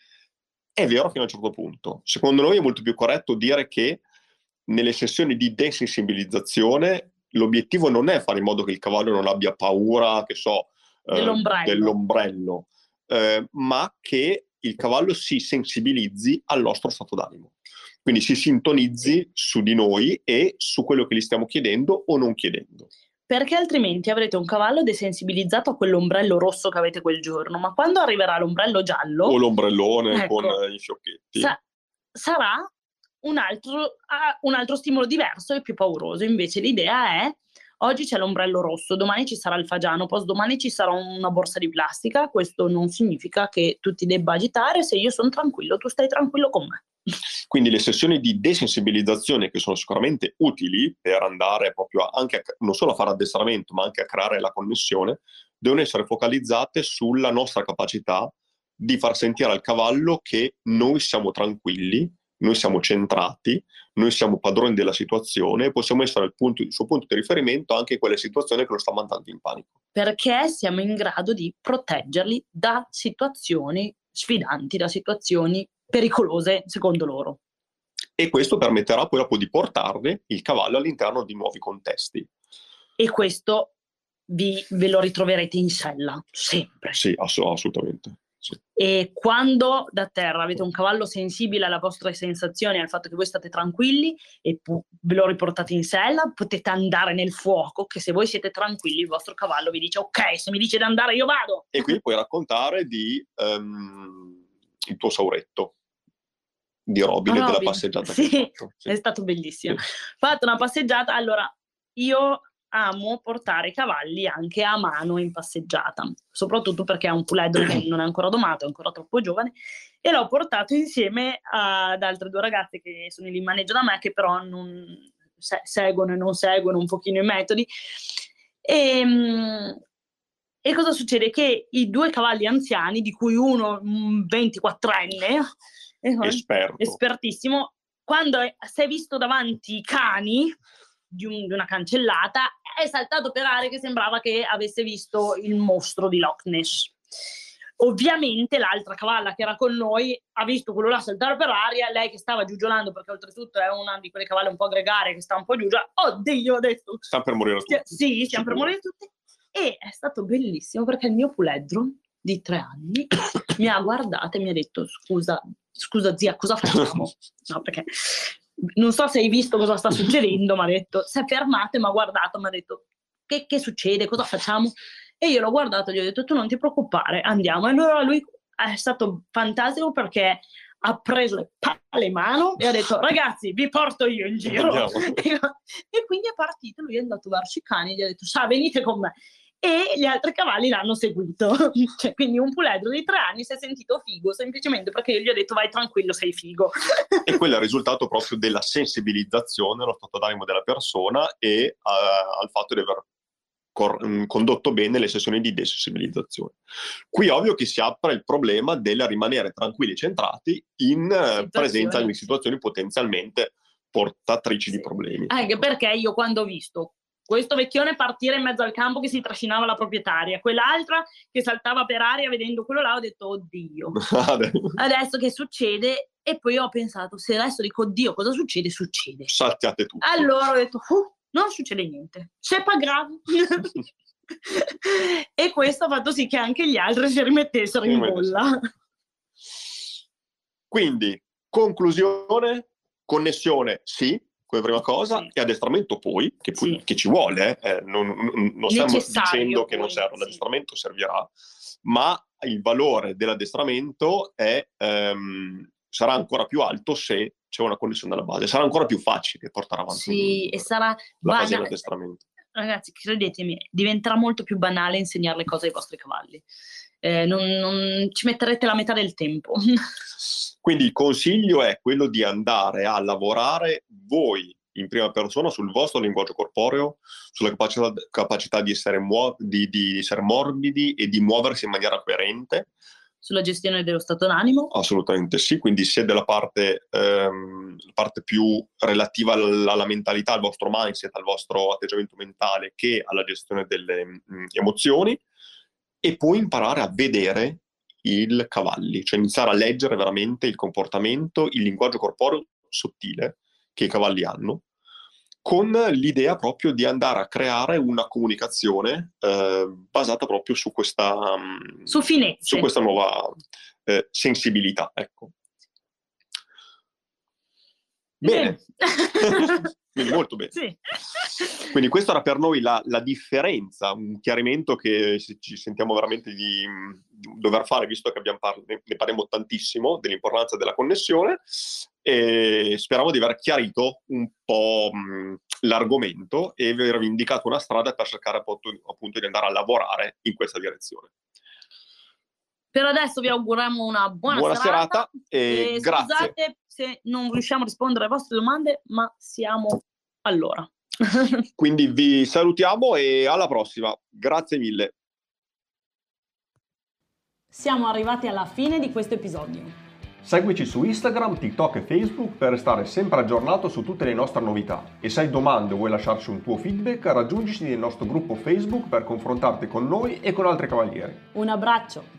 È vero fino a un certo punto. Secondo noi è molto più corretto dire che nelle sessioni di desensibilizzazione l'obiettivo non è fare in modo che il cavallo non abbia paura, che so, dell'ombrello, eh, dell'ombrello eh, ma che il cavallo si sensibilizzi al nostro stato d'animo. Quindi si sintonizzi su di noi e su quello che gli stiamo chiedendo o non chiedendo. Perché altrimenti avrete un cavallo desensibilizzato a quell'ombrello rosso che avete quel giorno, ma quando arriverà l'ombrello giallo... O l'ombrellone ecco, con i fiocchetti. Sa- sarà un altro, uh, un altro stimolo diverso e più pauroso. Invece l'idea è: oggi c'è l'ombrello rosso, domani ci sarà il fagiano, poi domani ci sarà una borsa di plastica. Questo non significa che tu ti debba agitare. Se io sono tranquillo, tu stai tranquillo con me. Quindi le sessioni di desensibilizzazione, che sono sicuramente utili per andare proprio a, anche a, non solo a fare addestramento, ma anche a creare la connessione, devono essere focalizzate sulla nostra capacità di far sentire al cavallo che noi siamo tranquilli, noi siamo centrati, noi siamo padroni della situazione e possiamo essere il, punto, il suo punto di riferimento anche in quelle situazioni che lo sta mandando in panico. Perché siamo in grado di proteggerli da situazioni sfidanti, da situazioni pericolose secondo loro. E questo permetterà poi dopo di portarvi il cavallo all'interno di nuovi contesti. E questo vi, ve lo ritroverete in sella, sempre. Sì, ass- assolutamente. Sì. E quando da terra avete un cavallo sensibile alle vostre sensazioni, al fatto che voi state tranquilli e pu- ve lo riportate in sella, potete andare nel fuoco, che se voi siete tranquilli il vostro cavallo vi dice ok, se mi dice di andare io vado. E qui puoi raccontare di um, il tuo sauretto, di Robin, Robin, e della passeggiata sì, che hai fatto. Sì, è stato bellissimo. Sì. Ho fatto una passeggiata, allora io amo portare i cavalli anche a mano in passeggiata, soprattutto perché è un puledro che non è ancora domato, è ancora troppo giovane, e l'ho portato insieme ad altre due ragazze che sono lì in maneggio da me, che però non se- seguono e non seguono un pochino i metodi. E, e cosa succede? Che i due cavalli anziani, di cui uno un ventiquattrenne, Esperto. espertissimo, quando è, si è visto davanti i cani di, un, di una cancellata, è saltato per aria che sembrava che avesse visto il mostro di Loch Ness. Ovviamente l'altra cavalla che era con noi ha visto quello là saltare per aria, lei che stava giugiolando, perché oltretutto è una di quelle cavalle un po' gregarie che sta un po' giù, già, oddio, ho detto sta per morire tutti. Sì, stiamo per morire tutti. E è stato bellissimo perché il mio puledro di tre anni mi ha guardato e mi ha detto scusa, scusa zia, cosa facciamo? No, perché non so se hai visto cosa sta succedendo, mi ha detto, si è fermato e mi ha guardato, mi ha detto che, che succede, cosa facciamo? E io l'ho guardato e gli ho detto tu non ti preoccupare, andiamo. E allora lui è stato fantastico perché ha preso le palle in mano e ha detto ragazzi vi porto io in giro. E quindi è partito, lui è andato verso i cani e gli ha detto sa venite con me. E gli altri cavalli l'hanno seguito. Cioè, quindi un puledro di tre anni si è sentito figo semplicemente perché io gli ho detto vai tranquillo, sei figo. E quello è il risultato proprio della sensibilizzazione allo stato d'animo della persona e uh, al fatto di aver cor- condotto bene le sessioni di desensibilizzazione. Qui ovvio che si apre il problema del rimanere tranquilli e centrati in uh, presenza di situazioni potenzialmente portatrici sì. di problemi. Anche perché io quando ho visto questo vecchione partire in mezzo al campo che si trascinava la proprietaria, quell'altra che saltava per aria vedendo quello là, ho detto oddio, adesso che succede? E poi ho pensato, se adesso dico oddio, cosa succede? Succede. Saltiate tutti. Allora ho detto, uh, non succede niente, c'est pas grave. E questo ha fatto sì che anche gli altri si rimettessero in bolla. Quindi, conclusione, connessione sì, come prima cosa, sì. e addestramento poi, che, poi, Sì. che ci vuole, eh, non, non, non stiamo Necessario dicendo che poi, non serve, sì. l'addestramento servirà, ma il valore dell'addestramento è, ehm, sarà ancora più alto se c'è una connessione alla base, sarà ancora più facile portare avanti Sì, un, e sarà la fase banale. dell'addestramento. Ragazzi, credetemi, diventerà molto più banale insegnare le cose ai vostri cavalli. Eh, non, non ci metterete la metà del tempo. Quindi il consiglio è quello di andare a lavorare voi in prima persona sul vostro linguaggio corporeo, sulla capacità, capacità di, essere muo- di, di essere morbidi e di muoversi in maniera coerente. Sulla gestione dello stato d'animo? Assolutamente sì, quindi sia della parte, ehm, parte più relativa alla, alla mentalità, al vostro mindset, al vostro atteggiamento mentale, che alla gestione delle mh, emozioni, e poi imparare a vedere i cavalli, cioè iniziare a leggere veramente il comportamento, il linguaggio corporeo sottile che i cavalli hanno, con l'idea proprio di andare a creare una comunicazione eh, basata proprio su questa, mh, Su finezze. su questa nuova eh, sensibilità, ecco. Bene. Quindi molto bene. Sì. Quindi questa era per noi la, la differenza, un chiarimento che ci sentiamo veramente di, di dover fare, visto che abbiamo par- ne, ne parliamo tantissimo dell'importanza della connessione, e speriamo di aver chiarito un po' mh, l'argomento e avervi indicato una strada per cercare appunto, appunto di andare a lavorare in questa direzione. Per adesso vi auguriamo una buona, buona serata, serata e, e grazie. Scusate se non riusciamo a rispondere alle vostre domande, ma siamo all'ora. Quindi vi salutiamo e alla prossima. Grazie mille. Siamo arrivati alla fine di questo episodio. Seguici su Instagram, TikTok e Facebook per restare sempre aggiornato su tutte le nostre novità. E se hai domande o vuoi lasciarci un tuo feedback, raggiungici nel nostro gruppo Facebook per confrontarti con noi e con altri cavalieri. Un abbraccio!